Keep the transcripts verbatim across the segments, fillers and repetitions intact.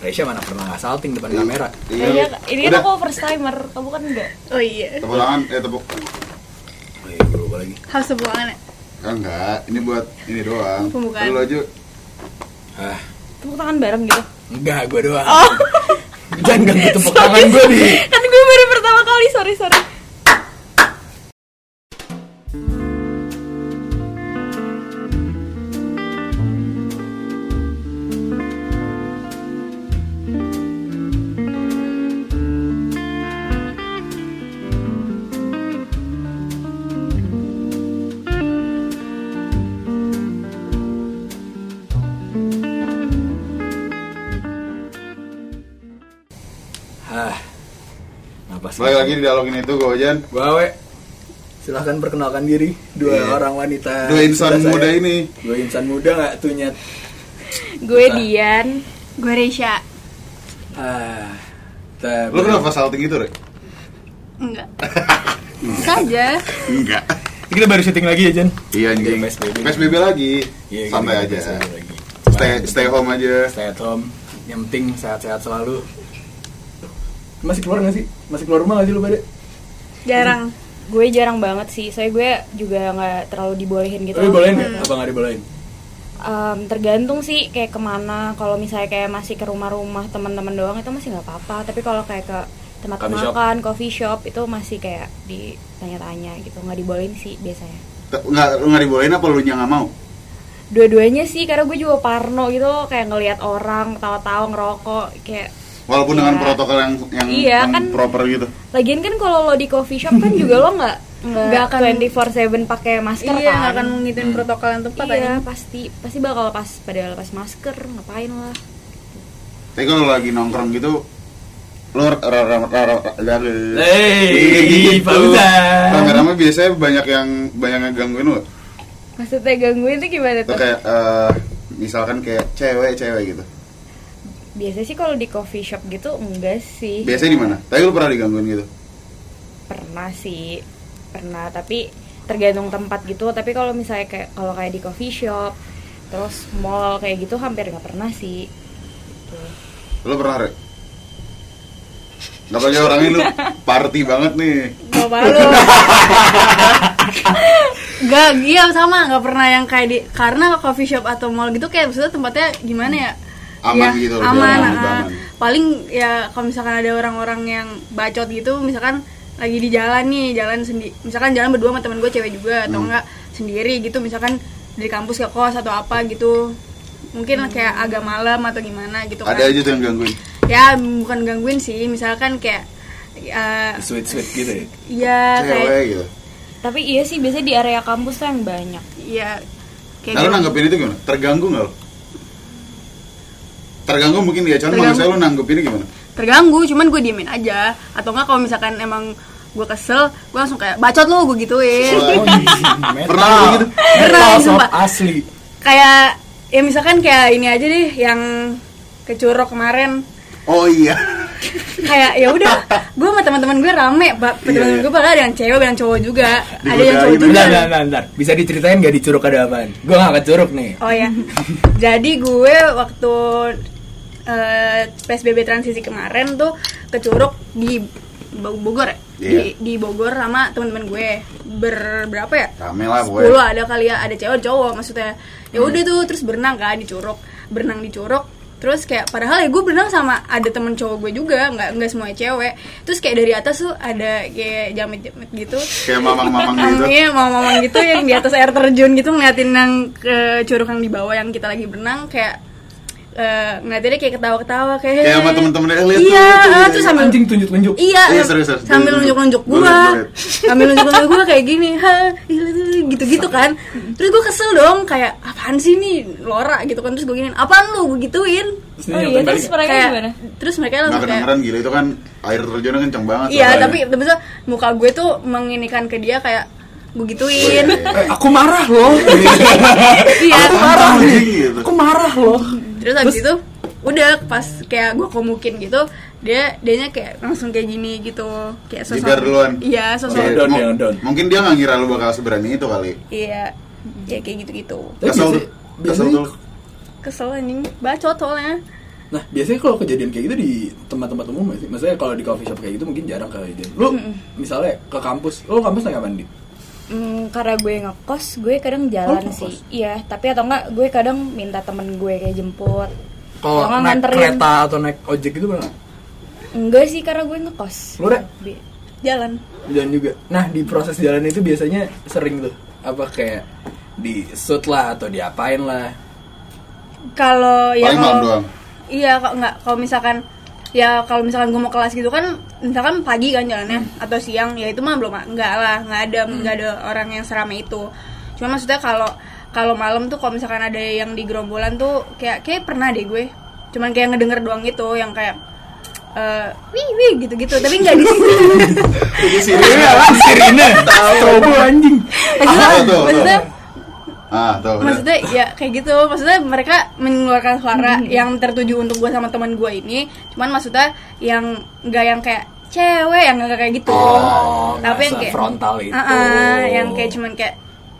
Resya mana pernah nggak salting depan I- kamera? Iya, iya ini kan aku first timer, kamu kan enggak. Oh iya. Tepuk tangan, eh tepuk. Oh iya, gue lupa lagi. Harus tepuk tangan ya? Enggak, ini buat ini doang. Pembukaan. Lu aja. Ah, tepuk tangan bareng gitu. enggak, gue doang. Oh. Jangan ganggu tepuk tangan gue nih. Kan gue baru pertama kali, sorry sorry. Ah, napas. Balik lagi di dialog ini tuh, gue Ojan. Gue Awe. Silahkan perkenalkan diri. Dua Iya. orang wanita. Dua insan sudah muda saya. ini. Dua insan muda nggak tuh nyet? Gue Dian. Gue Resya. Ah, ta- Lu kenapa salting itu, Rek? Enggak. Saja. Enggak. Kita baru syuting lagi ya, Jan? Iya anjing. P S B B. P S B B lagi. Iya, Santai gini, aja. P S B B lagi. Stay stay home aja. Stay at home. Yang penting sehat-sehat selalu. Masih keluar nggak sih? Masih keluar rumah nggak sih lu pada? Jarang. Gue jarang banget sih, soalnya gue juga nggak terlalu dibolehin gitu. Tapi bolehin nggak? Apa nggak dibolehin? Um, tergantung sih kayak kemana. Kalau misalnya kayak masih ke rumah-rumah teman-teman doang itu masih nggak apa-apa. Tapi kalau kayak ke tempat Coffee shop. makan, coffee shop itu masih kayak ditanya-tanya gitu. Nggak dibolehin sih biasanya. Enggak enggak dibolehin apa lu nya enggak mau? Dua-duanya sih, karena gue juga parno gitu, kayak ngelihat orang tawa-tawa ngerokok kayak. Walaupun ya, dengan protokol yang yang, iya, yang kan, proper gitu. Lagian kan kalau lo di coffee shop kan juga lo nggak Nggak nggak akan- twenty four seven pakai masker Iya, kan. nggak akan ngikutin protokol yang tepat Iya, aja. pasti pasti bakal lepas pada lepas masker, ngapain lah. Tapi kalau lagi nongkrong gitu lu rame-rame Hei, Fauzan. rame-rame biasanya banyak yang banyak yang gangguin lu. Maksudnya gangguin itu gimana Tuh tuh? kayak eh, misalkan kayak cewek-cewek gitu. Biasanya sih kalau di coffee shop gitu enggak sih. Biasanya di mana? Tapi lu pernah digangguin gitu? Pernah sih, pernah, tapi tergantung tempat gitu. Tapi kalau misalnya kayak kalau kayak di coffee shop, terus mall kayak gitu hampir nggak pernah sih. Gitu. Lu pernah, Rek? Gak tau orangnya lu party banget nih. Gak malu. Gak, iya sama, gak pernah yang kayak di, karena coffee shop atau mall gitu kayak maksudnya tempatnya gimana ya? Aman Ya, gitu loh, aman, aman, ah. aman. Paling ya kalau misalkan ada orang-orang yang bacot gitu, misalkan lagi di jalan nih, jalan sendiri, misalkan jalan berdua sama teman gue cewek juga atau Hmm. enggak sendiri gitu, misalkan dari kampus ke kos atau apa gitu, mungkin kayak agak malam atau gimana gitu kan. Ada aja tuh yang gangguin. Ya bukan gangguin sih, misalkan kayak uh, Sweet-sweet gitu ya? ya kayak Cewek gitu. Tapi iya sih biasanya di area kampus tuh yang banyak. ya kayak Nah lu gitu. nanggepin itu gimana? Terganggu gak lu? Terganggu mungkin ya, cuman Terganggu. maksudnya lu nanggepinnya gimana? Terganggu, cuman gue diemin aja. Atau enggak kalau misalkan emang gue kesel, gue langsung kayak bacot lo, gue gituin. Oh, iya. Pernah lu gitu? Pernah, Metal sob sumpah. asli. Kayak ya misalkan kayak ini aja deh yang kecurok kemarin. Oh iya. Kayak ya udah, gue sama teman-teman gue rame, pak. Iya, Teman-teman iya. gue padahal ada yang cewek, ada yang cowok juga. Ada yang Digodain. cowok juga. Bentar, bentar, bentar, bentar. Bisa diceritain gak di Curug ada apaan? Gue gak ke Curug nih. Oh ya. Jadi gue waktu eh, P S B B transisi kemarin tuh ke Curug di Bo- Bogor ya. Iya. Di, di Bogor sama teman-teman gue. Ber berapa ya? Rame lah gue. sepuluh ada kali ya, ada cewek cowok maksudnya. Ya udah tuh terus berenang kan di Curug. Berenang di Curug. Terus kayak padahal ya gue berenang sama ada temen cowok gue juga, nggak nggak semuanya cewek. Terus kayak dari atas tuh ada kayak jamet-jamet gitu. Kayak mamang-mamang gitu. Iya, mamang-mamang gitu yang di atas air terjun gitu ngeliatin yang ke curug yang di bawah yang kita lagi berenang kayak eh ngeliatinnya kayak ketawa-ketawa kayak Kayak sama temen-temennya, eh, lihat iya, tuh, tuh, ah, iya, terus iya. sambil Anjing tunjuk-tunjuk. iya, Iya, serius, serius. sambil Gua- nunjuk-nunjuk gua gua, liat, gua liat. sambil nunjuk-nunjuk gua kayak gini, ha, gitu-gitu kan. Terus gua kesel dong, kayak apaan sih nih Lora gitu kan. Terus gua giniin, apaan lu, gua gituin. Oh iya, terus mereka Kayak, gimana? terus mereka Nggak langsung kayak kedengeran gila itu kan air terjunnya kenceng banget. iya, soalnya. tapi tapi tuh muka gue tuh menginikan ke dia kayak gue gituin. Eh, aku marah loh. Iya, Aku marah anjing gitu. Aku marah loh. terus habis itu udah pas kayak gue komukin gitu, dia dianya kayak langsung kayak gini gitu, kayak sosok Jibar duluan. iya sosok Oke, Down, mu- down, down. Mungkin dia nggak ngira lu bakal seberani itu kali. iya ya kayak gitu gitu Tapi Kesel biasanya- tuh. Kesel biasanya- tuh. kesel anjing bacot soalnya. Nah, biasanya kalau kejadian kayak gitu di tempat-tempat umum nggak sih? Maksudnya kalau di coffee shop kayak gitu mungkin jarang kejadian. Lu mm-mm. misalnya ke kampus, lu kampus naik apaan, Dit? Hmm, karena gue ngekos, gue kadang jalan oh, sih. Iya, tapi atau enggak gue kadang minta temen gue kayak jemput. Kalau naik nganterin. Kereta atau naik ojek gitu pernah? Enggak sih, karena gue ngekos. Lu udah? Jalan. Jalan juga. Nah, di proses jalan itu biasanya sering tuh apa kayak di shoot lah atau diapain lah? Kalau ya kalau doang. Iya, kalau enggak kalau misalkan ya kalau misalkan gue mau kelas gitu kan misalkan pagi kan jalannya hmm. atau siang ya itu mah belum enggak lah, enggak ada enggak hmm. ada orang yang seramai itu. Cuma maksudnya kalau kalau malam tuh kalau misalkan ada yang di gerombolan tuh kayak kayak pernah deh gue. Cuman kayak ngedenger doang gitu yang kayak Uh, wih wih gitu-gitu tapi nggak di sini. Di sini lah sirine. Coba anjing. Maksudnya, maksudnya, ah, tuh, maksudnya ya kayak gitu. Maksudnya mereka mengeluarkan suara hmm. yang tertuju untuk gue sama teman gue ini. Cuman maksudnya yang nggak yang kayak cewek yang nggak kayak gitu. Oh, tapi yang kayak frontal itu. Uh-uh, yang kayak cuman kayak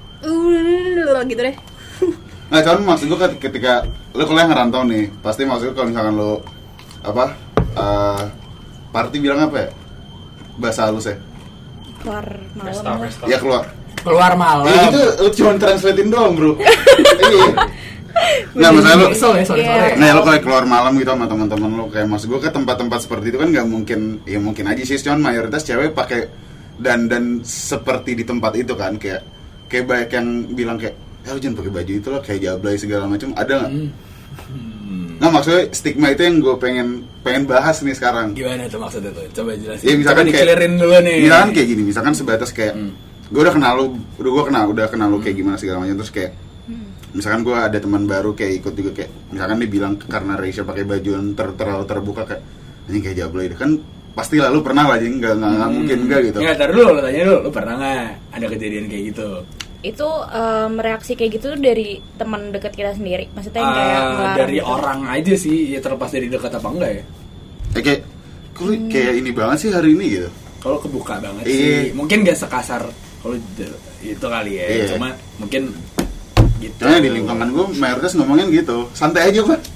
uh gitu deh. Nah, cuman maksud gue ketika lo kuliah ngerantau nih, pasti maksud gue kalau misalkan lo apa? Uh, party bilang apa ya? Bahasa halus ya? Keluar malam. Ya keluar. Keluar malam. Ya itu lu cuma translatein doang, Bro. Iya. Nah, masalah lu sorry, sorry, sorry. Nah, lo kalau keluar malam gitu sama teman-teman lo kayak maksud gue ke tempat-tempat seperti itu kan nggak mungkin, ya mungkin aja sih, cuman mayoritas cewek pakai dan dan seperti di tempat itu kan kayak kayak banyak yang bilang kayak, "Ya lu jangan pakai baju itu loh, kayak jablay segala macam." Ada nggak? Hmm. Nah, maksudnya stigma itu yang gue pengen pengen bahas nih sekarang. Gimana tuh maksudnya tuh? Coba jelasin. Ya, misalkan coba kayak, dikelirin dulu nih. Misalkan kayak gini, misalkan sebatas kayak hmm. gue udah kenal lu, udah gue kenal, udah kenal lu kayak gimana segala macam, terus kayak hmm. misalkan gue ada teman baru kayak ikut juga kayak, misalkan dia bilang karena Reisha pakai baju yang ter terlalu terbuka kayak, ini kayak jablay deh kan. Pasti lah lu pernah lah, jadi nggak nggak hmm. mungkin enggak gitu. Ya, ntar dulu, lu tanya dulu, lu pernah nggak ada kejadian kayak gitu? Itu um, reaksi kayak gitu tuh dari teman dekat kita sendiri, maksudnya yang kayak uh, dari gitu. Orang aja sih, ya terlepas dari dekat apa enggak ya. Eh, kayak kok hmm. kayak ini banget sih hari ini gitu. Kalau kebuka banget e. sih, mungkin gak sekasar kalau itu kali ya, e. cuma mungkin gitu. Karena di lingkungan gue mayoritas ngomongin gitu, santai aja kan.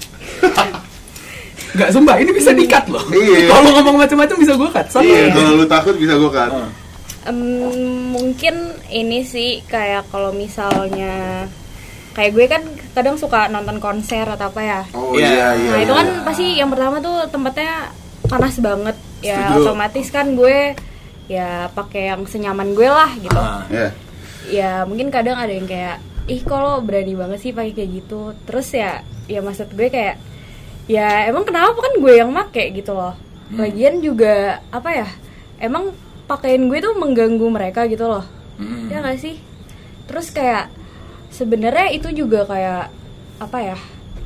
Gak, sumpah ini bisa di-cut loh. Iya. Kalau ngomong macam-macam bisa gue cut. Iya, kalau lu takut bisa gue cut. Uh. Um, mungkin ini sih kayak kalau misalnya kayak gue kan kadang suka nonton konser atau apa ya. Oh iya iya. Nah iya, itu kan iya. pasti yang pertama tuh tempatnya panas banget ya. Setuju. Otomatis kan gue ya pakai yang senyaman gue lah gitu. Ah, yeah. Ya mungkin kadang ada yang kayak ih kalau berani banget sih pakai kayak gitu. Terus ya ya maksud gue kayak ya emang kenapa kan gue yang make gitu loh. Lagian juga apa ya? Emang pakaian gue tuh mengganggu mereka gitu loh. Hmm. Ya nggak sih? Terus kayak sebenarnya itu juga kayak apa ya?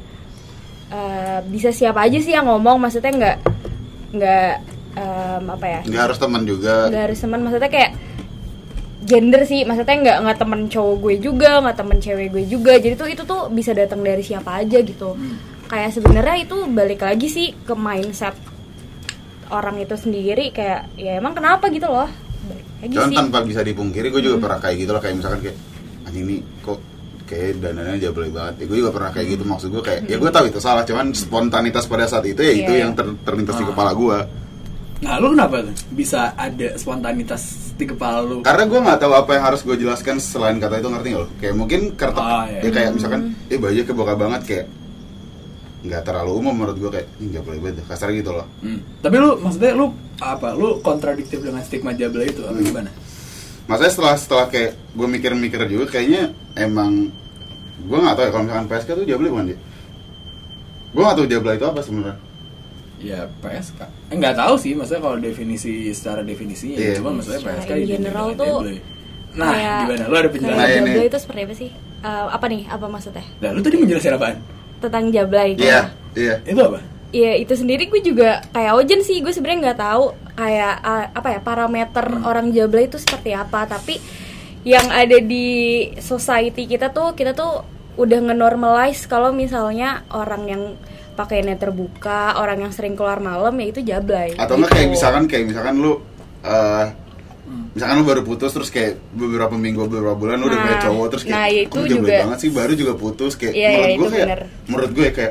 Uh, bisa siapa aja sih yang ngomong, maksudnya nggak nggak um, apa ya? Nggak harus teman juga. Nggak harus teman, maksudnya kayak gender sih, maksudnya nggak nggak temen cowok gue juga, nggak temen cewek gue juga. Jadi tuh itu tuh bisa datang dari siapa aja gitu. Hmm. Kayak sebenarnya itu balik lagi sih ke mindset orang itu sendiri, kayak ya emang kenapa gitu loh. Jangan tanpa bisa dipungkiri, gue juga hmm. pernah kayak gitu loh, kayak misalkan kayak anjing ini kok kayak dananya jablay banget. Ya, gue juga pernah kayak gitu, maksud gue kayak hmm. ya gue tahu itu salah, cuman spontanitas pada saat itu ya yeah. itu yang ter, terlintas ah. di kepala gue. Nah, lu kenapa tuh bisa ada spontanitas di kepala lu? Karena gue nggak tahu apa yang harus gue jelaskan selain kata itu, ngerti nggak lo? Kayak mungkin kartu, ah, iya. ya kayak misalkan, eh baju kebuka banget kayak nggak terlalu umum menurut gue, kayak ini jablay banget, kasar gitu loh. Hmm. Tapi lu maksudnya lu apa? Lu kontradiktif dengan stigma jablay itu apa hmm. gimana? Maksudnya setelah setelah kayak gue mikir-mikir juga, kayaknya emang gue nggak tahu ya kalau misalkan P S K tuh jablay bukan dia? Gue nggak tahu jablay itu apa sebenarnya. Ya P S K, eh, nggak tahu sih, maksudnya kalau definisi secara definisinya, yeah. cuma maksudnya P S K in general tuh. Nah, kayak, gimana? Lu ada penjelasan? Nah, jablay itu seperti apa sih? Uh, apa nih? Apa maksudnya? Nah, lu tadi menjelaskan apaan? Tentang jablay. Iya, yeah, iya. Yeah. Itu apa? Iya, itu sendiri gue juga kayak Ojen sih, gue sebenarnya nggak tahu kayak uh, apa ya parameter hmm. orang jablay itu seperti apa, tapi yang ada di society kita tuh kita tuh udah ngenormalize kalau misalnya orang yang pakaiannya terbuka, orang yang sering keluar malam ya itu jablay. Atau enggak gitu. Kayak misalkan kayak misalkan lu uh, misalkan lu baru putus terus kayak beberapa minggu beberapa bulan lu nah, udah punya cowok terus kayak nah, itu jablay juga banget sih, baru juga putus kayak iya, menurut iya, gue kayak bener. menurut gue kayak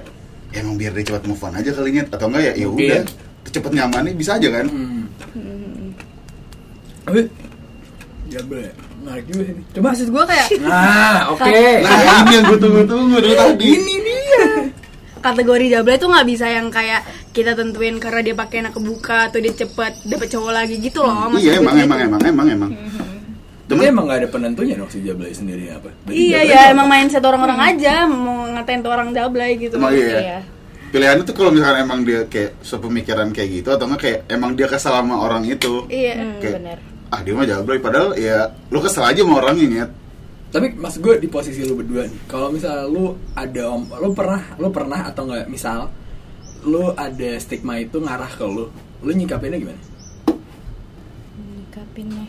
emang biar dia cepat move on aja kali Nyet, atau enggak ya ya Mungkin. udah cepet nyaman nih bisa aja kan. Hmm. Tapi jablay menarik juga sih. Coba. Maksud gue kayak Nah, oke. Nah ini yang gue tunggu-tunggu dari tadi. Ini dia. kategori jablay tuh nggak bisa yang kayak kita tentuin karena dia pakai anak kebuka atau dia cepet dapet cowok lagi gitu loh. Maksud Iya gue emang gitu. emang emang emang emang. Tapi emang gak ada penentunya dong si jablay sendiri apa? Berarti Iya jablay ya apa? emang mindset orang-orang aja mau ngatain tuh orang jablay gitu. Emang iya. Iya. Pilihannya tuh kalau misalkan emang dia kayak sepemikiran kayak gitu atau enggak kayak emang dia kesel sama orang itu. Iya. Hmm, Kayak, benar. ah dia mah jablay padahal ya lu kesel aja sama orangnya Nyet. Tapi mas gue di posisi lu berdua nih. Kalau misal lu ada om, lu pernah, lu pernah atau enggak misal lu ada stigma itu ngarah ke lu, lu nyikapinnya gimana? Nyikapinnya.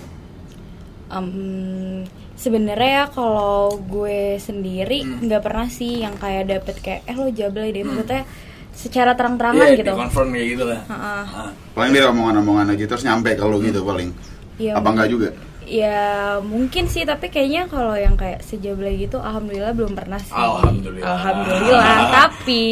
Um, sebenarnya ya kalau gue sendiri nggak pernah sih yang kayak dapet kayak eh lo jablay deh, maksudnya secara terang-terangan Iya, gitu. di confirm kayak gitu lah. Ha-ha. Ah. Paling dia omongan-omongan aja terus nyampe kalau gitu paling. Iya, Apa enggak juga? Ya mungkin sih, tapi kayaknya kalau yang kayak sejablay gitu alhamdulillah belum pernah sih. Alhamdulillah. Alhamdulillah. Tapi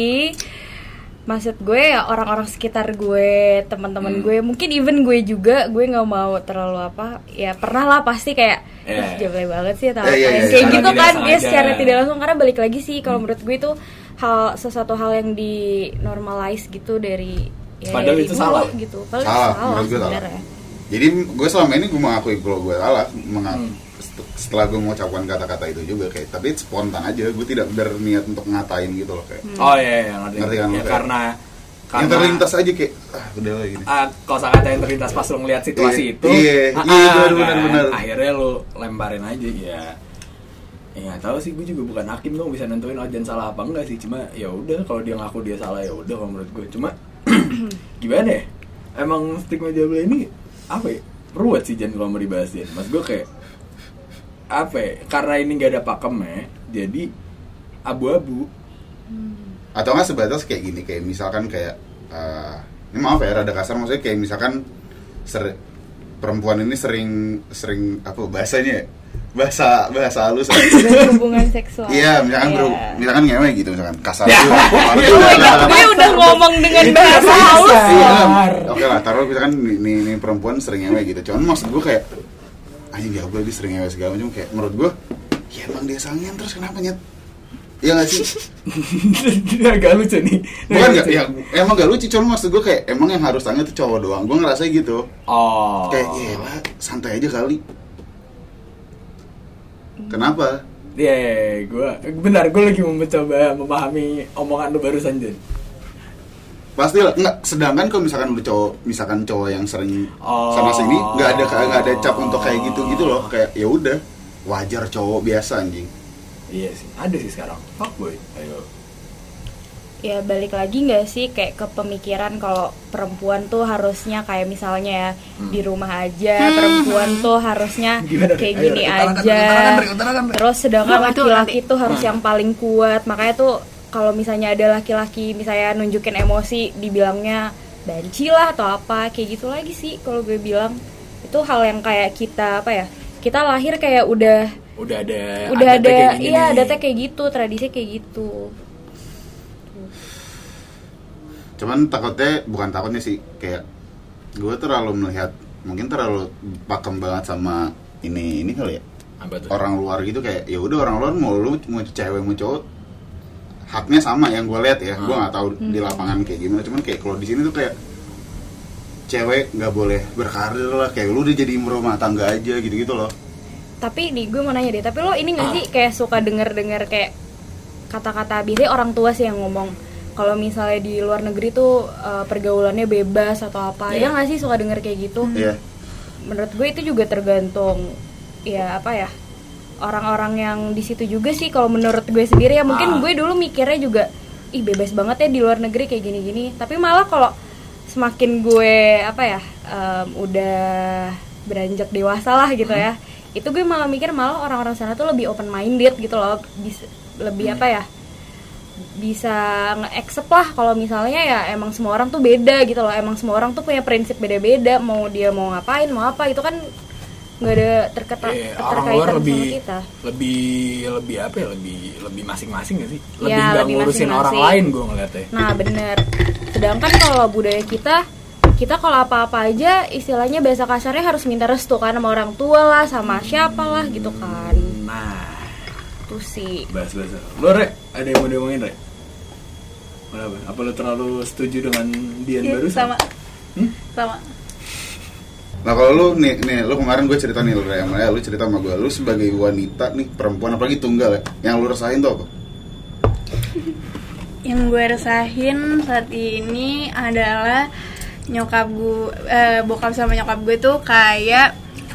maksud gue ya orang-orang sekitar gue, teman-teman Hmm. gue, mungkin even gue juga, gue nggak mau terlalu apa, ya pernah lah pasti kayak Yeah. "Ih, jablay banget sih atau Eh, iya, apa iya, kayak secara gitu tidak kan ya sengaja. secara tidak langsung, karena balik lagi sih kalau menurut gue itu hal sesuatu hal yang di normalize gitu dari ya, Padahal dari itu dulu salah. gitu. Padahal Salah, itu salah menurut gue salah. sebenarnya. Jadi gue selama ini gue mengakui kalau gue salah menga- Hmm. set- setelah gue mengucapkan kata-kata itu juga kayak tapi spontan aja, gue tidak berniat untuk ngatain gitu loh kayak. Oh iya, iya ngerti. Ngerti kan, Ya, kayak- karena karena Yang terlintas aja kayak ah udah lah gini. ah, kosakata yang terlintas pas lu ngeliat situasi Iya, itu. iya, ah, iya, ah, benar, kan. benar. Akhirnya lu lemparin aja ya. Ya nggak tahu sih, gue juga bukan hakim dong bisa nentuin Ojan salah apa enggak sih. Cuma ya udah kalau dia ngaku dia salah ya udah kalau menurut gue. Cuma gimana ya? Emang stigma jablay ini apa ya? Ruwet sih Jan kalau mau dibahas ya. Mas gue kayak apa ya? Karena ini nggak ada pakemnya, jadi abu-abu. Atau nggak sebatas kayak gini kayak misalkan kayak eh, ini maaf ya rada kasar maksudnya kayak misalkan ser- perempuan ini sering sering apa bahasanya ya? bahasa bahasa halus Berhubungan seksual. iya misalkan Iya. bro misalkan ngewe gitu misalkan kasar Ya. juga. Parah Oh juga, my God, misalkan- Gue udah ngomong dengan Itu bahasa kasar. halus. Iya, Kasar. oke lah taruh misalkan nih, nih, nih perempuan sering ngewe gitu cuman maksud gue kayak anjing gak boleh dia sering ngewe segala macam kayak menurut gue ya emang dia sangen terus kenapa Nyet? Iya gak sih? Agak lucu nih. Bukan gak, ya, emang gak lucu, cuma maksud gue kayak emang yang harus tanya tuh cowok doang. Gue ngerasa gitu. Oh. Kayak, ya lah, santai aja kali. Kenapa? Iya, yeah, gue benar, gue lagi mencoba memahami omongan lu barusan Jen. Pasti lah, enggak. Sedangkan kalau misalkan lu cowok, misalkan cowok yang sering Oh. sana sini, nggak ada nggak ada cap untuk kayak gitu gitu loh. Kayak ya udah, wajar cowok biasa anjing. Iya sih, ada sih sekarang. Fuckboy, ayo. Ya balik lagi nggak sih kayak ke pemikiran kalau perempuan tuh harusnya kayak misalnya ya di rumah aja, perempuan tuh harusnya Gimana, kayak Rik? Ayo, gini Rik, utarakan, aja. Rik, utarakan, Rik, utarakan, Rik. Terus sedangkan Nah, itu laki-laki nanti. tuh harus yang paling kuat. Makanya tuh kalau misalnya ada laki-laki misalnya nunjukin emosi dibilangnya banci lah atau apa kayak gitu lagi sih kalau gue bilang. Itu hal yang kayak kita apa ya? Kita lahir kayak udah Udah ada udah adatnya ada kayak gini iya nih. adatnya kayak gitu, tradisi kayak gitu. Cuman takutnya, bukan takutnya sih, kayak gue terlalu melihat, mungkin terlalu pakem banget sama ini ini kali ya. Apa tuh? Orang luar gitu kayak ya udah orang luar mau lu mau cewek mau cowok haknya sama yang gue lihat ya. Hmm. Gue nggak tahu di lapangan kayak gimana, cuman kayak kalau di sini tuh kayak cewek nggak boleh berkarir lah, kayak lu udah jadi rumah tangga aja gitu-gitu loh. Tapi nih gue mau nanya deh, tapi lo ini gak sih kayak suka denger-denger kayak kata-kata biasanya orang tua sih yang ngomong kalau misalnya di luar negeri tuh uh, pergaulannya bebas atau apa, Iya. ya gak sih suka denger kayak gitu? Iya. Menurut gue itu juga tergantung ya apa ya orang-orang yang di situ juga sih. Kalau menurut gue sendiri ya Ah. mungkin gue dulu mikirnya juga ih bebas banget ya di luar negeri kayak gini-gini. Tapi malah kalau semakin gue apa ya um, udah beranjak dewasa lah gitu ya, itu gue malah mikir malah orang-orang sana tuh lebih open minded gitu loh, bisa lebih apa ya bisa nge-accept lah kalau misalnya ya emang semua orang tuh beda gitu loh, emang semua orang tuh punya prinsip beda-beda, mau dia mau ngapain mau apa itu kan nggak ada terketa Eh, orang keterkaitan luar sama lebih kita. lebih lebih apa ya lebih lebih masing-masing gak sih Ya, lebih nggak lebih ngurusin masing-masing. orang lain gue ngeliatnya. Nah bener. Sedangkan kalau budaya kita, kita kalau apa-apa aja istilahnya bahasa kasarnya harus minta restu kan sama orang tua lah, sama siapa lah gitu kan. Nah Itu sih. bahas-bahas lo Re ada yang mau diomongin Re? Kenapa? Apa lo terlalu setuju dengan Dian Iya, barusan? sama Hmm? sama Nah kalau lu nih, nih lu kemarin gue cerita nih lu ya, lu cerita sama gue, lu sebagai wanita nih perempuan apalagi tunggal ya, yang lu rasain tuh apa? yang gue resahin saat ini adalah nyokap gue, eh, bokap sama nyokap gue tuh kayak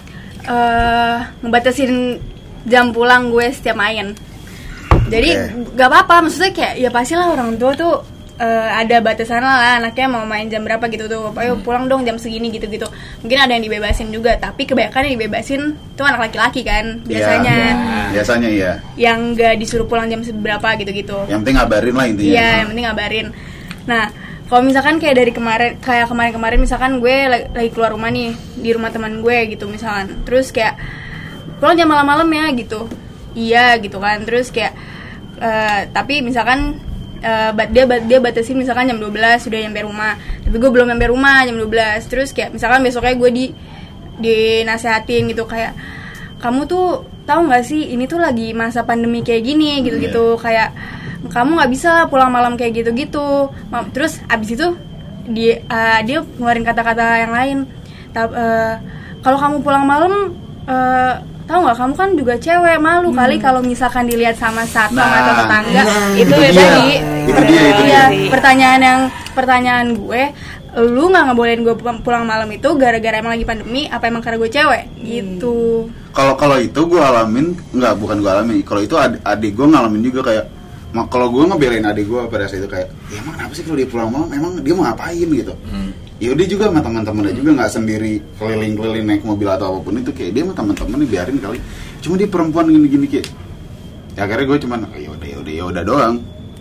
eh ngebatasin jam pulang gue setiap main. Jadi Oke. gak apa-apa, maksudnya kayak ya pastilah orang tua tuh eh, ada batasan lah, anaknya mau main jam berapa gitu tuh, ayo pulang dong jam segini gitu-gitu. Mungkin ada yang dibebasin juga, tapi kebanyakan yang dibebasin tuh anak laki-laki kan biasanya, Ya, biasanya iya. yang gak disuruh pulang jam seberapa gitu-gitu. Yang penting ngabarin lah intinya. Iya, yang penting ngabarin. Nah, kalau misalkan kayak dari kemarin, kayak kemarin-kemarin misalkan gue lagi, lagi keluar rumah nih, di rumah teman gue gitu misalkan, terus kayak pulang jam malam-malam ya gitu, iya gitu kan, terus kayak uh, tapi misalkan uh, dia dia batasin misalkan jam dua belas sudah nyampe rumah, tapi gue belum nyampe rumah jam dua belas, terus kayak misalkan besoknya gue di dinasehatin gitu kayak kamu tuh tahu nggak sih ini tuh lagi masa pandemi kayak gini gitu-gitu, kayak kamu nggak bisa lah pulang malam kayak gitu-gitu. Terus abis itu dia uh, dia ngeluarin kata-kata yang lain. Ta- uh, kalau kamu pulang malam, uh, tahu nggak kamu kan juga cewek, malu hmm. kali kalau misalkan dilihat sama satpam Nah, atau tetangga. nah, itu itu ya dia. tadi. Itu dia, itu Iya, dia. pertanyaan yang pertanyaan gue, lu nggak ngebolehin gue pulang malam itu gara-gara emang lagi pandemi, apa emang karena gue cewek? Gitu. Kalau kalau itu gue alamin, nggak bukan gue alamin. Kalau itu ad, adik gue ngalamin juga kayak, mak kalau gue ngebelain adik gue pada saat itu kayak, ya emang kenapa sih kalau dia pulang malam, emang dia mau ngapain gitu? Hmm. Ya dia juga sama teman-temannya juga nggak sendiri keliling-keliling naik mobil atau apapun itu, kayak dia sama teman-temannya biarin kali. Cuma dia perempuan gini-gini kayak, ya akhirnya gue cuman, ya udah ya udah ya udah doang.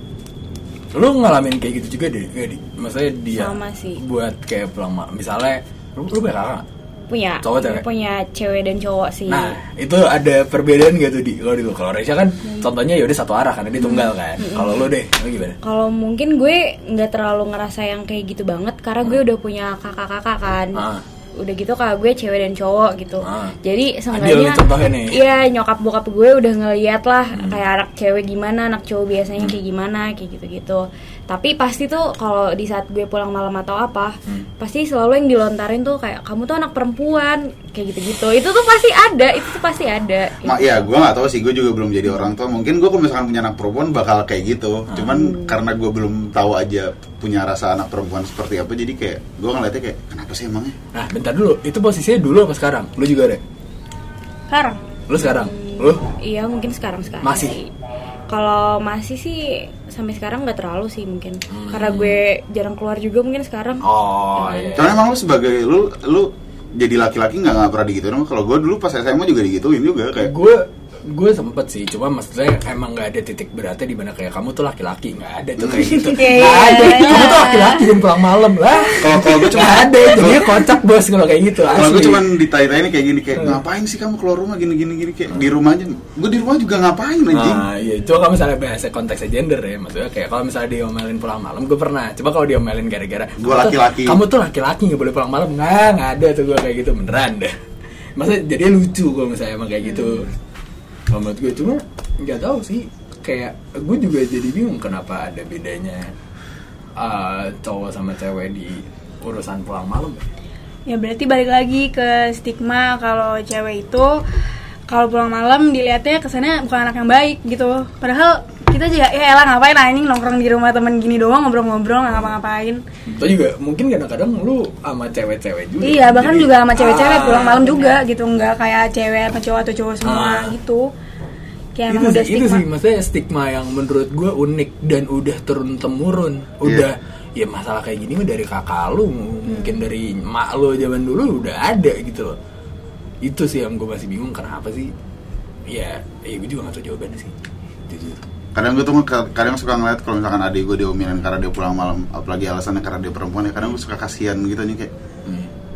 Lu ngalamin kayak gitu juga deh, gak di? Maksudnya dia Sama sih. buat kayak pulang malam, misalnya lu lu punya kakak nggak? Punya, Cowok cewek? punya cewek dan cowok sih. Nah itu ada perbedaan gak tuh di kalau dulu? Kalau Resya kan hmm. contohnya ya udah satu arah karena dia tunggal kan. Hmm. Kalau lu deh, lu gimana? Kalau mungkin gue nggak terlalu ngerasa yang kayak gitu banget karena gue udah punya kakak-kakak kan. Ah. Udah gitu kakak gue cewek dan cowok gitu. Ah. Jadi Adil seenggaknya nih contohnya nih. iya nyokap bokap gue udah ngeliat lah Hmm. kayak anak cewek gimana, anak cowok biasanya kayak gimana, kayak gitu-gitu. Tapi pasti tuh kalau di saat gue pulang malam atau apa, hmm. pasti selalu yang dilontarin tuh kayak kamu tuh anak perempuan, kayak gitu-gitu. Itu tuh pasti ada, itu tuh pasti ada. Mak ya gue nggak tahu sih, gue juga belum jadi orang tua. Mungkin gue kalau misalkan punya anak perempuan bakal kayak gitu. Hmm. Cuman karena gue belum tahu aja punya rasa anak perempuan seperti apa, jadi kayak gue ngeliatnya kayak kenapa sih emangnya? Nah bentar dulu, itu posisinya dulu apa sekarang? Lu juga deh? Sekarang. Lu sekarang? Lu? Iya mungkin sekarang-sekarang Masih? sih. Kalau masih sih sampai sekarang nggak terlalu sih mungkin. Hmm. Karena gue jarang keluar juga mungkin sekarang. Oh Ya, iya. Karena emang lu sebagai lu lu jadi laki-laki nggak nggak pernah digituin. Kalau gue dulu pas S M A juga digituin juga kayak. Gue gue sempet sih, cuma maksudnya emang nggak ada titik beratnya di mana kayak kamu tuh laki-laki, nggak ada tuh kayak gitu. Nggak ada. Kamu tuh laki-laki dan pulang malam lah. Kalau kalau gue cuma Nggak ada, jadinya kocak bos kalau kayak gitu. Kalau gue asli. cuman ditai-tai kayak gini kayak ngapain sih kamu keluar rumah gini-gini gini kayak di rumah aja. Gue di rumah juga ngapain anjing. Nah, iya. Coba kalau misalnya bahasa konteksnya gender ya, maksudnya kayak kalau misalnya diomelin pulang malam, gue pernah. Coba kalau diomelin gara-gara Gue laki-laki. Kamu tuh laki-laki nggak boleh pulang malam, nggak, nggak ada tuh gue kayak gitu beneran deh. Maksudnya jadi lucu kalau misalnya emang kayak gitu. Kalau menurut gue cuma nggak tahu sih, kayak gue juga jadi bingung kenapa ada bedanya uh, cowok sama cewek di urusan pulang malam. Ya berarti balik lagi ke stigma kalau cewek itu kalau pulang malam dilihatnya kesannya bukan anak yang baik gitu. Padahal kita juga ya elah ngapain anjing nongkrong di rumah temen gini doang ngobrol-ngobrol nggak ngapa-ngapain. Itu juga mungkin kadang-kadang lu sama cewek-cewek juga. Iya bahkan Jadi, juga sama cewek-cewek ah, pulang malam juga gitu, nggak kayak cewek sama cowok atau cowok semua Ah. gitu. Kayak itu emang udah sih, itu stigma. sih maksudnya stigma yang menurut gue unik dan udah turun temurun. Udah ya masalah kayak gini mah dari kakak lu, mungkin dari mak lu zaman dulu udah ada gitu loh. Itu sih yang gue masih bingung kenapa sih. Ya, ya gue juga gak tahu jawabannya sih. Jujur. Kadang gue tuh kadang suka ngeliat kalau misalkan adik gue diomelin karena dia pulang malam, apalagi alasannya karena dia perempuan ya, kadang gue suka kasihan gitu nih kayak Hmm.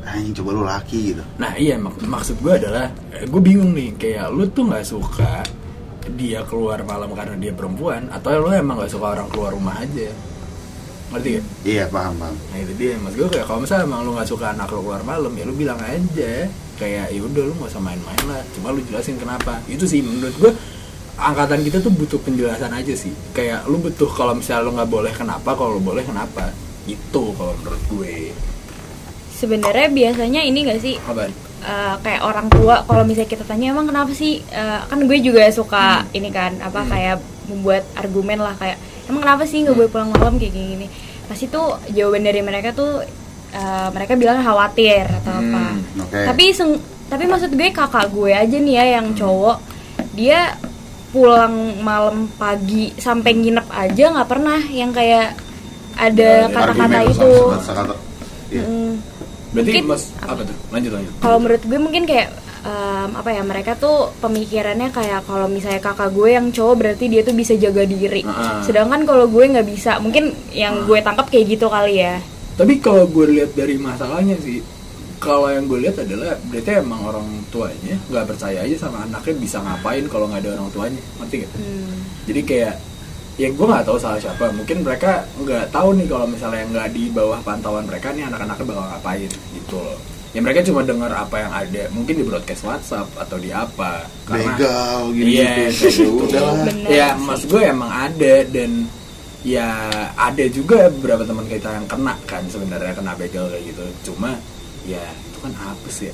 anjing coba lu laki gitu. Nah iya mak- maksud gue adalah gue bingung nih, kayak lu tuh nggak suka dia keluar malam karena dia perempuan, atau lu emang nggak suka orang keluar rumah aja, ngerti gak? Iya paham paham. Nah itu dia, mas gue kayak kalau misalnya emang lu nggak suka anak lu keluar malam, ya lu bilang aja kayak ya udah lu nggak usah main-main lah, cuma lu jelasin kenapa. Itu sih menurut gue angkatan kita tuh butuh penjelasan aja sih, kayak lu butuh kalau misalnya lu nggak boleh kenapa, kalau lu boleh kenapa, itu kalau menurut gue. Sebenarnya biasanya ini nggak sih? Apa? Uh, kayak orang tua kalau misalnya kita tanya emang kenapa sih, uh, kan gue juga suka hmm. ini kan apa hmm. kayak membuat argumen lah, kayak emang kenapa sih nggak boleh pulang malam kayak gini, pasti tuh jawaban dari mereka tuh uh, mereka bilang khawatir atau hmm. apa. Okay. Tapi seng- tapi maksud gue kakak gue aja nih ya yang cowok, dia pulang malam pagi sampai nginep aja nggak pernah yang kayak ada ya, kata-kata argumen itu. Kata-kata. Iya. Mm. Berarti Mungkin, mas apa tuh? Lanjut lanjut. Kalau menurut gue mungkin kayak um, apa ya, mereka tuh pemikirannya kayak kalau misalnya kakak gue yang cowok berarti dia tuh bisa jaga diri. Uh-huh. Sedangkan kalau gue nggak bisa. Mungkin yang uh-huh. gue tangkap kayak gitu kali ya. Tapi kalau gue lihat dari masalahnya sih, kalau yang gue lihat adalah berarti emang orang tuanya nggak percaya aja sama anaknya bisa ngapain kalau nggak ada orang tuanya, ngerti gak? Hmm. Jadi kayak ya gue nggak tahu salah siapa, mungkin mereka nggak tahu nih kalau misalnya nggak di bawah pantauan mereka nih anak-anaknya bakal ngapain gitu loh. Ya mereka cuma dengar apa yang ada, mungkin di broadcast WhatsApp atau di apa. Begal gini iya, gitu. Udah. Ya mas gue emang ada, dan ya ada juga beberapa teman kita yang kena kan sebenarnya kena begal kayak gitu. Cuma ya itu kan apes ya,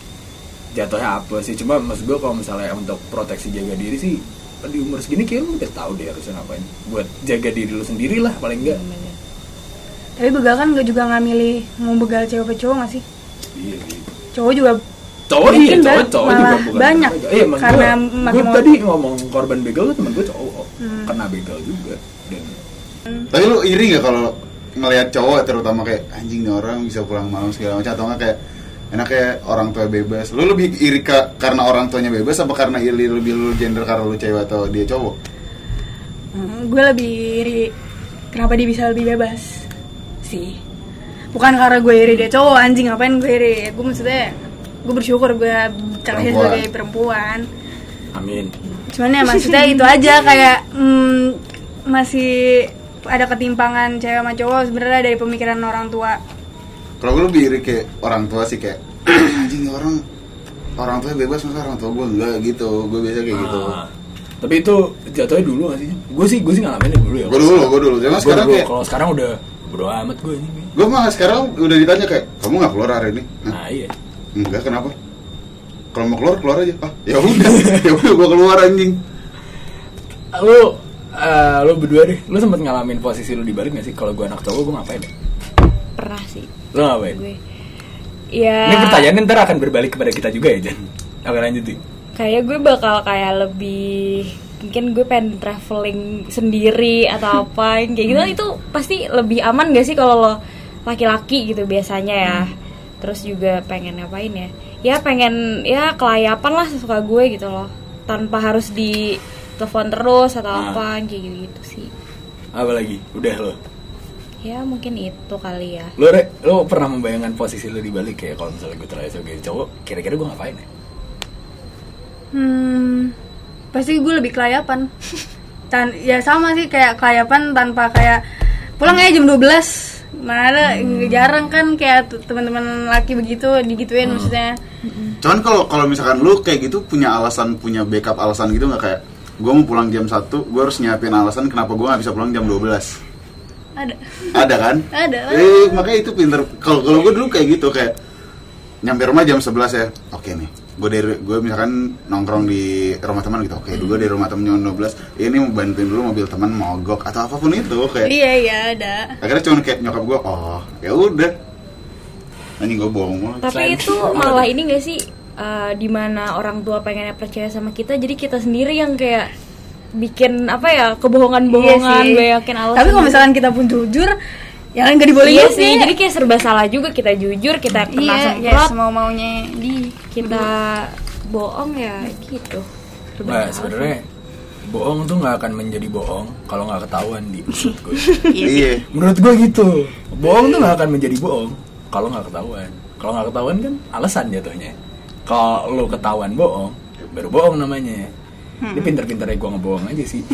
jatuhnya apa sih. Cuma mas gue kalau misalnya untuk proteksi jaga diri sih di umur segini kayak lu udah tahu deh harusnya ngapain buat jaga diri lu sendiri lah paling enggak. Hmm. Tapi begal kan nggak juga nggak milih mau begal cewek apa cowok nggak sih? Iya gitu. Cowok juga cowok iya cowok cowok juga bukan banyak iya, karena gue, gue tadi ngomong korban begal tuh temen gue cowok hmm. kena begal juga. Dan hmm. tapi lu iri nggak kalau ngelihat cowok terutama kayak anjing nih orang bisa pulang malam segala macam, atau nggak kayak enaknya orang tua bebas? Lu lebih iri ka, karena orang tuanya bebas apa karena iri lebih lu gender karena lu cewek atau dia cowok? Hmm, gue lebih iri kenapa dia bisa lebih bebas sih. Bukan karena gue iri dia cowok, anjing ngapain gue iri. Gue maksudnya gue bersyukur gue terlahir sebagai perempuan. Amin. Cuman ya maksudnya itu aja kayak hmm, masih ada ketimpangan cewek sama cowok sebenarnya dari pemikiran orang tua. Kalau gue lebih iri kayak orang tua sih, kayak anjing orang orang tua bebas masa orang tua gue enggak gitu. Gue biasa kayak ah, gitu. Tapi itu jatuhnya dulu gak sih? Gue sih gue sih ngalamin dulu ya. Gue dulu, gue dulu. Cuma sekarang dulu, kayak kalau sekarang udah bodo amat gue ini. Gue mah sekarang udah ditanya kayak kamu nggak keluar hari ini? Hah? Nah iya. Enggak, kenapa? Kalau mau keluar keluar aja. Ah ya udah, ya udah gue keluar anjing. Lu uh, lu berdua deh, lu sempet ngalamin posisi lu dibalik nggak sih? Kalau gue anak cowok gue ngapain ya? Pernah sih. Lu ngapain? Gue. Ya. Ini pertanyaan ntar akan berbalik kepada kita juga ya, Jan. Oke lanjutin. Kayak gue bakal kayak lebih, mungkin gue pengen traveling sendiri atau apa kayak gitu. Itu pasti lebih aman gak sih kalau lo laki-laki gitu biasanya ya. Hmm. Terus juga pengen ngapain ya? Ya pengen ya kelayapan lah sesuka gue gitu loh, tanpa harus di telepon terus atau nah. apa kayak gitu sih. Apa lagi? Udah lo? Ya mungkin itu kali ya. Lo Re, lo pernah membayangkan posisi lo dibalik kayak kalau misalnya gue terlalu sebagai cowok, kira-kira gue ngapain ya? Hmm, pasti gue lebih kelayapan. Tan, ya sama sih kayak kelayapan tanpa kayak pulang aja jam dua belas. Mana hmm. jarang kan kayak teman-teman laki begitu digituin hmm. maksudnya. Cuman kalau kalau misalkan lu kayak gitu punya alasan, punya backup alasan gitu nggak, kayak gue mau pulang jam satu, gue harus nyiapin alasan kenapa gue nggak bisa pulang jam dua belas. Ada. Ada kan? Ada. Eh makanya itu pinter. Kalau kalau gue dulu kayak gitu, kayak nyampe rumah jam sebelas ya. Oke nih, gue dari gue misalkan nongkrong di rumah teman gitu. Oke, gue dari rumah temen jam dua belas. Ini mau bantuin dulu mobil teman mogok atau apapun itu kayak. Iya iya ada. Akhirnya cuma kayak nyokap gue, oh ya udah. Anjing gue bohong banget. Tapi itu malah ini nggak sih, uh, dimana orang tua pengennya percaya sama kita, jadi kita sendiri yang kayak bikin apa ya, kebohongan-bohongan, iya gue yakin alasan. Tapi kalau misalkan kita pun jujur, ya kan gak dibolehin. Iya sih, jadi kayak serba salah juga. Kita jujur, kita kena iya, semprot, yes, mau-maunya di kita bohong ya gitu. Nah, sebenarnya bohong tuh nggak akan menjadi bohong kalau nggak ketahuan di menurut gue. Iya. Menurut gue gitu. Bohong tuh nggak akan menjadi bohong kalau nggak ketahuan. Kalau nggak ketahuan kan alasan jatuhnya. Kalau lu ketahuan bohong, baru bohong namanya. Ini pinter-pinternya gue ngebohong aja sih.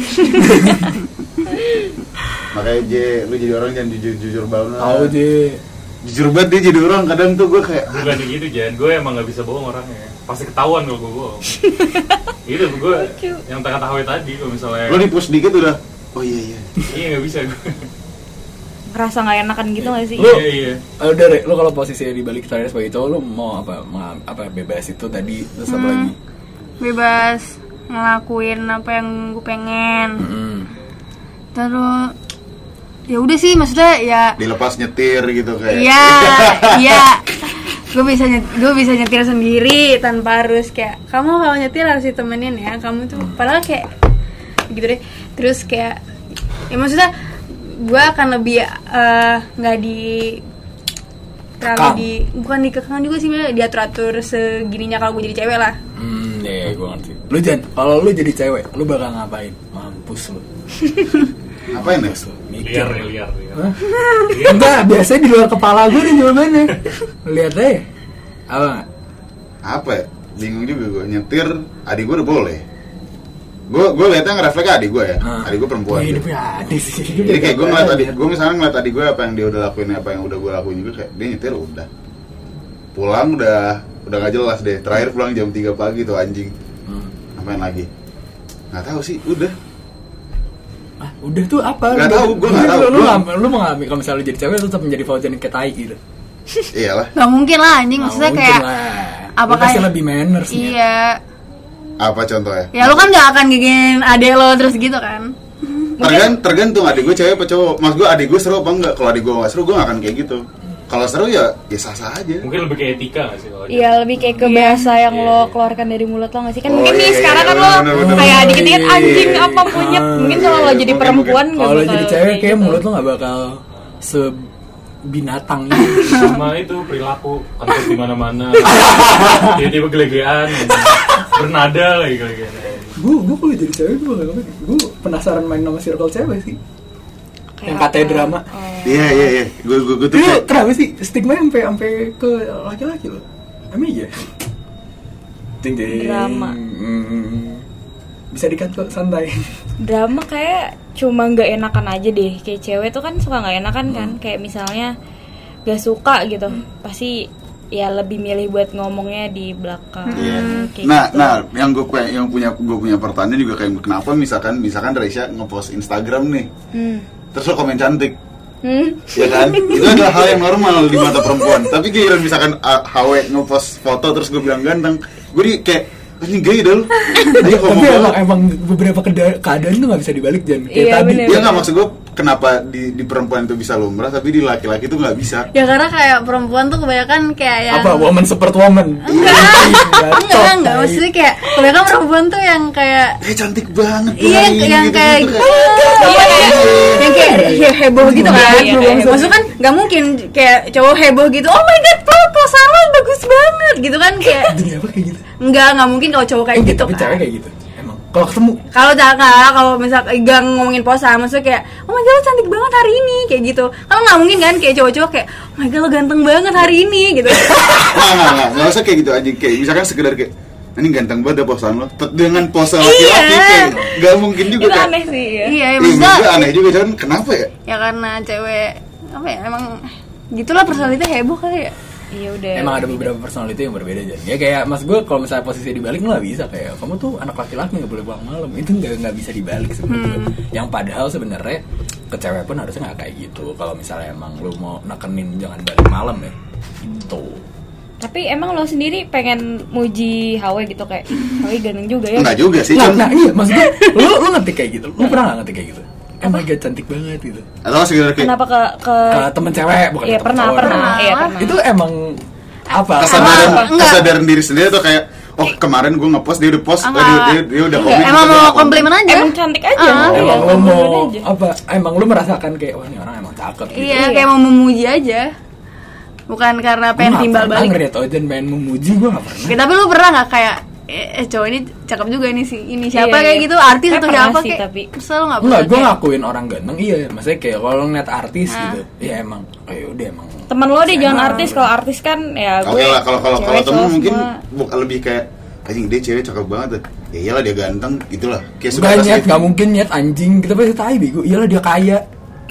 Makanya J, lu jadi orang jangan jujur-jujur banget. Tahu J. Jujur banget dia jadi orang, kadang tuh gue kayak bukan gitu Jan, gue emang gak bisa bohong orangnya. Pasti ketahuan kalau gue bohong. Itu gue yang kata-kata tadi kalau misalnya lu di push dikit udah, oh iya iya. Iya gak bisa gue. Ngerasa nggak enakan gitu nggak sih? Lu, Iya, iya. uh, udah Re, lu kalau posisinya dibalik terakhir sebagai cowok, lu mau apa? Mau apa bebas itu tadi terus apa Hmm. lagi? Bebas ngelakuin apa yang gue pengen. Hmm. Terus ya udah sih, maksudnya ya Dilepas nyetir gitu kayak. iya iya gue bisa nyet- gue bisa nyetir sendiri tanpa harus kayak kamu kalau nyetir harus ditemenin ya kamu tuh, padahal kayak gitu deh. Terus kayak ya maksudnya gue akan lebih eh, nggak di terlalu Kekang. di bukan dikekang juga sih, diatur atur segininya kalau gue jadi cewek lah. Hmm, ya, ya gue ngerti. Lu Jan, kalau lu jadi cewek, lu bakal ngapain? Mampus lu. Ngapain ya? Mampus lu. Mikir. liar liar liar. Hah? Enggak, biasanya di luar kepala gue nih jawabannya. Lihat aja. Apa nggak? Apa ya? Bingung juga gue, nyetir adik gue udah boleh. Gue gue liatnya ngerefleks adik gue ya, Ah. adik gue perempuan. Wih, gitu. ini punya adik sih. Jadi kayak gue ngeliat adik, gue misalnya ngeliat adik gue apa yang dia udah lakuin, apa yang udah gue lakuin juga, kayak dia nyetir udah. Pulang udah udah gak jelas deh. Terakhir pulang jam tiga pagi tuh anjing. Hmm. Ngapain lagi? Nggak tahu sih, udah. Ah, udah tuh apa? Nggak Lu- tahu, gua nggak lu- tahu. Lu, lu, Gua- ngam- lu mau ngambil kalau misalnya lu jadi cewek lu tetap menjadi Fauzan kayak tai gitu. Iyalah. Nggak mungkin lah anjing, maksudnya Nah, kayak mungkin lah. Lu apakah- pasti lebih manners nih. iya Apa contohnya? ya lu kan nggak akan gigin adek lo terus gitu kan. Tergant, tergantung adik gue cewek apa cowok. Mas gue adik gue seru apa enggak? Kalau adik gue nggak seru, gue nggak akan kayak gitu. Kalau seru ya, ya sah-sah aja. Mungkin lebih kayak etika gak sih kalau Iya, lebih kayak ke bahasa yang Iya, lo iya. keluarkan dari mulut lo nggak sih? Kan Oh, mungkin iya, nih iya, sekarang iya, kan lo bener, bener, kayak bener. dikit-dikit Oh, anjing iya, apa iya. monyet. Ah, Mungkin iya, kalau lo iya, jadi mungkin, perempuan nggak Kalau lu bakal jadi cewek kayak kayak gitu. mulut lu nggak bakal se binatang gitu. sama itu perilaku kentut di mana-mana. Tiba-tiba gelegean, bernada lagi gelegean. Gue gue kalau jadi cewek gue bakal ngapain? Gue penasaran main sama circle cewek sih. Kayak Yang katanya apa? drama. Oh. Iya iya iya. Gue gue gue tuh Itu kayak kenapa sih stigma sampai sampai ke laki-laki loh? Emang iya? Ting ting. Drama. Hmm. Bisa dikat kok santai. Drama kayak cuma nggak enakan aja deh. Kayak cewek tuh kan suka nggak enakan kan. Kayak misalnya gak suka gitu, pasti ya lebih milih buat ngomongnya di belakang. Iya. Kayak Nah, gitu. nah, yang gue yang punya gue punya pertanyaan juga kayak kenapa misalkan misalkan Reisha ngepost Instagram nih, Hmm. terus lo komen cantik, Hmm. ya kan? Itu adalah hal yang normal di mata perempuan. Tapi giliran misalkan uh, H W ngepost foto terus gue bilang ganteng, gue di kayak ini gay dah lu. Dia Tapi ngomong emang, banget. emang beberapa keda- keadaan tuh nggak bisa dibalik Jan. Kayak Iya, tadi. bener. Dia nggak maksud gue kenapa di di perempuan itu bisa lumrah tapi di laki-laki itu nggak bisa. Ya karena kayak perempuan tuh kebanyakan kayak yang Apa woman support woman? enggak enggak maksudnya kayak kebanyakan perempuan tuh yang kayak Eh cantik banget. tuh iya hari ini, yang gitu, kayak gitu, gitu, iya, kayak yang kayak he- heboh gitu kan. Iya, iya, kayak heboh. Maksudnya kan nggak mungkin kayak cowok heboh gitu. Oh my god, Paul, pose lo bagus banget gitu kan kayak Jadi apa kayak gitu? enggak nggak mungkin kalau cowok kayak Eh, gitu tapi kan. cewek kayak gitu. Emang kalau ketemu Kalau jangan kalau misal gang ngomongin posa, maksudnya kayak oh my god lo cantik banget hari ini kayak gitu. Kalau nggak mungkin kan kayak cowok-cowok kayak oh my god lo ganteng banget hari ini gitu. Nggak, nggak, nggak, nggak usah kayak gitu aja. Kayak misalkan sekedar kayak ini ganteng banget ya posan lo. Tet- Dengan pose laki-laki Iya. kayak nggak mungkin juga Itu kan. aneh sih ya. Iya, ya, Iya, maksudnya maksudnya aneh juga kan. Kenapa ya? ya karena cewek apa ya emang gitulah personality heboh kali ya. Iya udah. emang ada beberapa personality yang berbeda Jan. Ya kayak mas gue kalau misalnya posisi dibalik nggak bisa kayak kamu tuh anak laki-laki nggak boleh pulang malam itu nggak nggak bisa dibalik sebenarnya. Yang padahal sebenarnya ke cewek pun harusnya nggak kayak gitu. Kalau misalnya emang lu mau nekenin jangan balik malam ya. Itu. Tapi emang lo sendiri pengen muji H W gitu kayak H W ganteng juga ya. Enggak juga sih. Nah, Cuma nah iya maksud gue lu lu ngetik kayak gitu. Lu pernah nggak ngetik kayak gitu? Emang gak cantik banget gitu. atau sekedar kayak Kenapa ke ke Ke temen cewek bukan Iya ke temen pernah cowok. pernah Pernah. iya pernah. Itu emang apa? kesadaran Apa? Enggak. kesadaran diri sendiri atau kayak oh kemarin gue ngepost dia udah post oh, dia, Enggak. dia, dia udah Enggak, komen emang kita mau nggak komen. komplimen aja. Emang cantik aja. Ah, Iya, Emang lu komplimen mau aja. apa? Emang lu merasakan kayak wah ini orang emang cakep gitu. Iya, Iya. kayak mau memuji aja. Bukan karena pengen timbal balik. Ngeliat Ojan pengen memuji gue gak pernah. Oke, tapi lu pernah nggak kayak eh cowok ini cakep juga nih sih, ini siapa Iya, kayak iya. gitu, artis Kayak atau pernah siapa sih, kayak tapi- kesel nggak Enggak, pernah gue kayak- ngakuin orang ganteng iya. Maksudnya kayak kalau ngeliat artis Hah? gitu, ya emang, oh ya udah emang. Temen lo deh jangan Emang. artis, kalau artis kan ya gue. Oke lah, kalau kalau kalau cewek, temen cowok mungkin semua. bukan lebih kayak anjing dia cewek cakep banget tuh. Ya iyalah dia ganteng, gitulah. Kayak Enggak sebatas nyet, itu. nggak mungkin nyet anjing. Kita pasti tai bego. Iyalah dia kaya.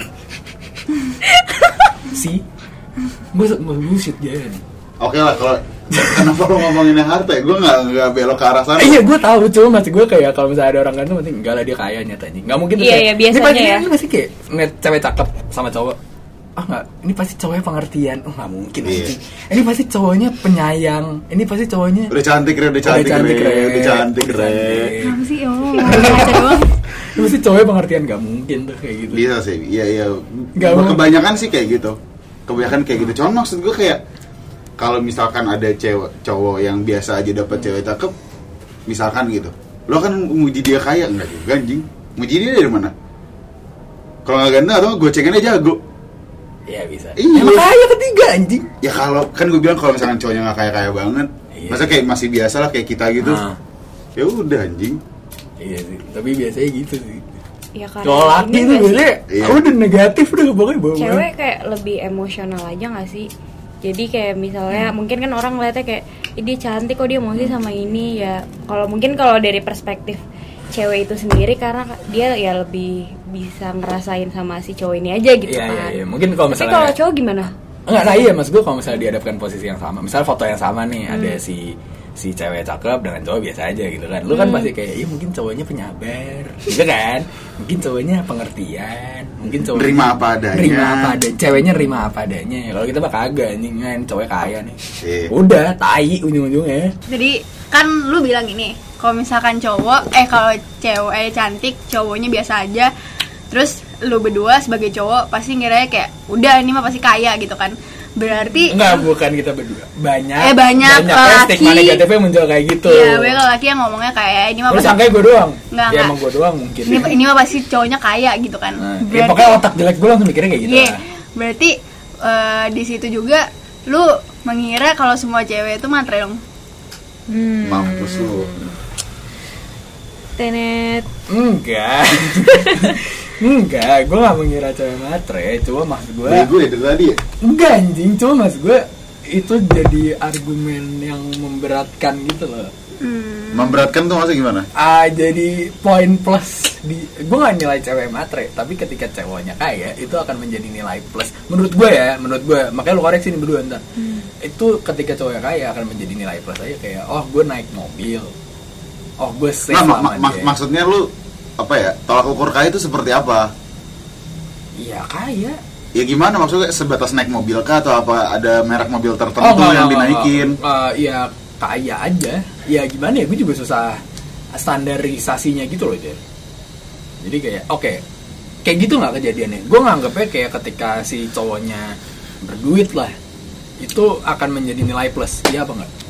Si, gue bullshit Jan. Oke lah kalau kenapa lo ngomongin harta ya? Gue nggak nggak belok ke arah sana. Eh, iya gue tahu, cuma maksud gue kayak kalau misalnya ada orang ganteng pasti enggak lah dia kaya nyet anjing. Nggak mungkin tuh Iya, kayak, iya, biasanya ini pasti, ya. Ini pasti kayak ngeliat cewek cakep sama cowok. Ah nggak, ini pasti cowoknya pengertian. Oh nggak mungkin Iya. anjing. Ini pasti cowoknya penyayang. Ini pasti cowoknya Udah cantik Re, udah cantik, cantik, Re, Re. udah cantik Udah Re. cantik. Kenapa sih oh ngaca doang. Ini pasti cowoknya pengertian, nggak mungkin tuh kayak gitu. Bisa sih, iya iya. Nggak mau. Kebanyakan sih kayak gitu. Kebanyakan kayak gitu. Cuma maksud gue kayak kalau misalkan ada cewek cowok yang biasa aja dapat cewek cakep, misalkan gitu, lo kan muji dia kaya enggak juga anjing? Muji dia dari mana? Kalau nggak ganteng atau gue cengennya jago. Iya bisa. Iya. Emang kaya ketiga anjing. Ya kalau kan gue bilang kalau misalkan cowoknya nggak kaya kaya banget, Iya. masa kayak masih biasa lah kayak kita gitu. Ah. Ya udah anjing. Iya sih, tapi biasanya gitu sih. Ya karena Cowok laki ini tuh nggak sih, biasanya Iya. udah negatif udah pokoknya bawa. cewek kayak lebih emosional aja nggak sih? Jadi kayak misalnya mungkin kan orang ngeliatnya kayak "Ih, dia cantik kok dia mau sih sama ini ya." Kalau mungkin kalau dari perspektif cewek itu sendiri karena dia ya lebih bisa ngerasain sama si cowok ini aja gitu Iya, iya, kan. iya. Mungkin kalau Tapi misalnya kalau cowok gimana? enggak, nah iya mas gue kalau misalnya dihadapkan posisi yang sama, misalnya foto yang sama nih, Hmm. ada si si cewek cakep dengan cowok biasa aja gitu kan, lu kan Hmm. pasti kayak, iya mungkin cowoknya penyabar, gitu kan, mungkin cowoknya pengertian, mungkin cowoknya Nerima apa adanya. nerima apa adanya, ceweknya nerima apa adanya. Kalau kita mah kagak anjing, kan cowoknya kaya nih, Iya. udah tai ujung-ujungnya. Jadi kan lu bilang ini, kalau misalkan cowok, eh kalau cewek cantik, cowoknya biasa aja, terus lu berdua sebagai cowok pasti ngiranya kayak udah ini mah pasti kaya gitu kan. Berarti Enggak, bukan kita berdua, banyak Eh, banyak banyak laki. stigma negatifnya muncul kayak gitu. ya banyak laki yang ngomongnya kayak ini mah Lu pasti sangka gue doang? Enggak, Ya enggak. emang gue doang mungkin. ini, ini mah pasti cowoknya kaya gitu kan. Nah, ya pokoknya otak jelek gue langsung mikirnya kayak gitu Iya, lah. berarti eh, di situ juga lu mengira kalau semua cewek itu matre dong. Hmm. Mampus lu. Tenet. Enggak. Enggak, gue gak mengira cewek matre, cuma maksud gue Bego ya dari tadi ya? enggak anjing, cuma maksud gue itu jadi argumen yang memberatkan gitu loh. Hmm. Memberatkan tuh maksudnya gimana? Ah, jadi poin plus di gue gak nilai cewek matre, tapi ketika ceweknya kaya itu akan menjadi nilai plus menurut gue ya, menurut gue. Makanya lu koreksi nih berdua ntar. Hmm. Itu ketika cowoknya kaya akan menjadi nilai plus aja, kayak oh gue naik mobil, oh gue safe Nah, mak- sama mak- dia. maksudnya lu apa ya? Tolak ukur kaya itu seperti apa? Iya kaya. Ya gimana maksudnya sebatas naik mobil kah atau apa ada merek mobil tertentu Oh, enggak, yang enggak, dinaikin? enggak. Eh, ya kaya aja. Ya gimana ya, gue juga susah standarisasinya gitu loh, Jer. Jadi kayak oke, kayak gitu nggak kejadiannya. Gue nganggepnya kayak ketika si cowoknya berduit lah, itu akan menjadi nilai plus. Iya apa enggak?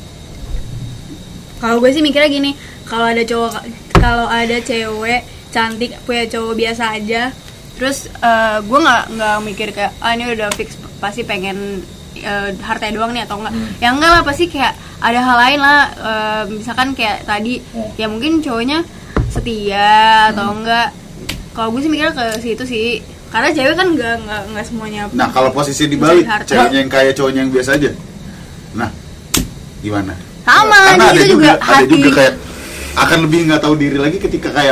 Kalau gue sih mikirnya gini, kalau ada cowok, kalau ada cewek cantik punya cowok biasa aja, terus eh, gue nggak nggak mikir kayak ah ini udah fix pasti pengen eh, hartanya doang nih atau enggak? Hmm. Ya enggak lah, pasti kayak ada hal lain lah. Eh, misalkan kayak tadi, Hmm. ya mungkin cowoknya setia atau Hmm. enggak. Kalau gue sih mikirnya ke situ sih, karena cewek kan nggak nggak nggak semuanya. Nah, kalau posisi dibalik, Mencari harta. ceweknya yang kaya, cowoknya yang biasa aja. Nah, gimana? Sama, Karena itu ada juga juga, ada hati. juga kayak akan lebih nggak tahu diri lagi ketika kayak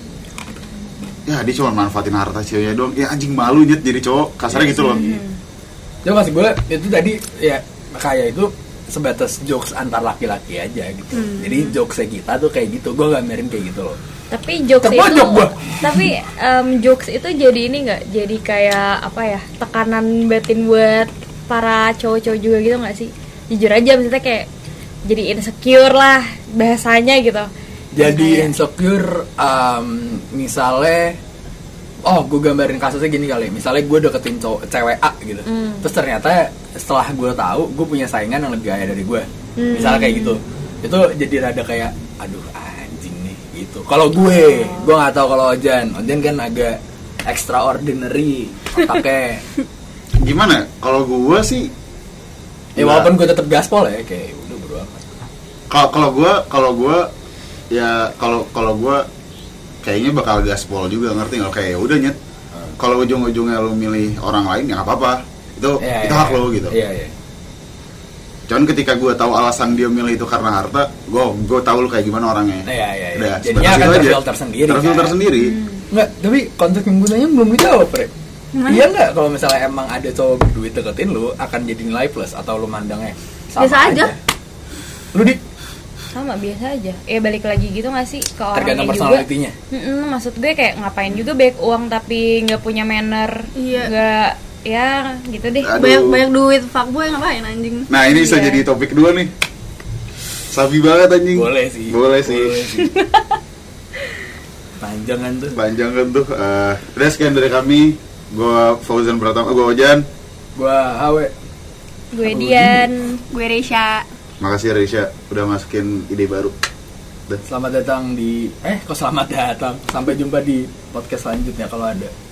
ya dia cuma manfaatin harta ceweknya doang. Ya anjing malu nyet jadi cowok, kasarnya gitu loh. Cuma maksud gue itu tadi ya kaya itu sebatas jokes antar laki-laki aja gitu. Hmm. Jadi jokesnya kita tuh kayak gitu. Gue gamerin kayak gitu loh. Tapi jokes itu, Terpojok gua. tapi em, jokes itu jadi ini nggak? Jadi kayak apa ya? Tekanan batin buat para cowok-cowok juga gitu nggak sih? Jujur aja, maksudnya kayak jadi insecure lah bahasanya gitu. Jadi Kayak- insecure, um, misalnya, oh gue gambarin kasusnya gini kali, misalnya gue deketin cowok cewek A gitu, Hmm. terus ternyata setelah gue tahu gue punya saingan yang lebih kaya dari gue, Hmm. misalnya kayak gitu, itu jadi rada kayak, aduh anjing nih gitu. Kalau gue, gue nggak tahu kalau Ojan, Ojan kan agak extraordinary otaknya. Gimana? Kalau gua sih Ya nggak- walaupun gue tetap gaspol ya, kayak udah berdua amat. Kalau kalau gue kalau gue ya kalau kalau gue kayaknya bakal gaspol juga, ngerti nggak? Kayak ya udah nyet. Kalau ujung-ujungnya lu milih orang lain ya nggak apa-apa. Itu Ya, itu ya, hak ya. lo gitu. Iya, iya. Cuman ketika gue tahu alasan dia milih itu karena harta, gue gue tahu lu kayak gimana orangnya. Nah, iya, iya, iya. Udah, Jadinya sebatas akan itu aja. terfilter sendiri, Terfilter kan? sendiri. Enggak, tapi konteks yang gunanya belum dijawab, Pre. Iya enggak kalau misalnya emang ada cowok berduit deketin lu akan jadi nilai plus atau lu mandangnya sama Biasa aja. Lu di Sama biasa aja. Ya balik lagi gitu gak sih ke orangnya tergantung juga. personalitinya. Mm-mm, maksud gue kayak ngapain juga baik uang tapi nggak punya manner, Iya. nggak ya gitu deh. Aduh. Banyak banyak duit fuckboy ngapain anjing. Nah ini bisa Iya. jadi topik dua nih. Sabi banget anjing. Boleh sih. Boleh sih. Panjang kan tuh. Panjang kan tuh. Eh, udah sekian dari kami. Gua Fauzan Pratama, gua Ojan. Gua Awe. Gue Dian. Gue Resya. Makasih Risha udah masukin ide baru. Dah. Selamat datang di eh kok selamat datang. Sampai jumpa di podcast selanjutnya kalau ada.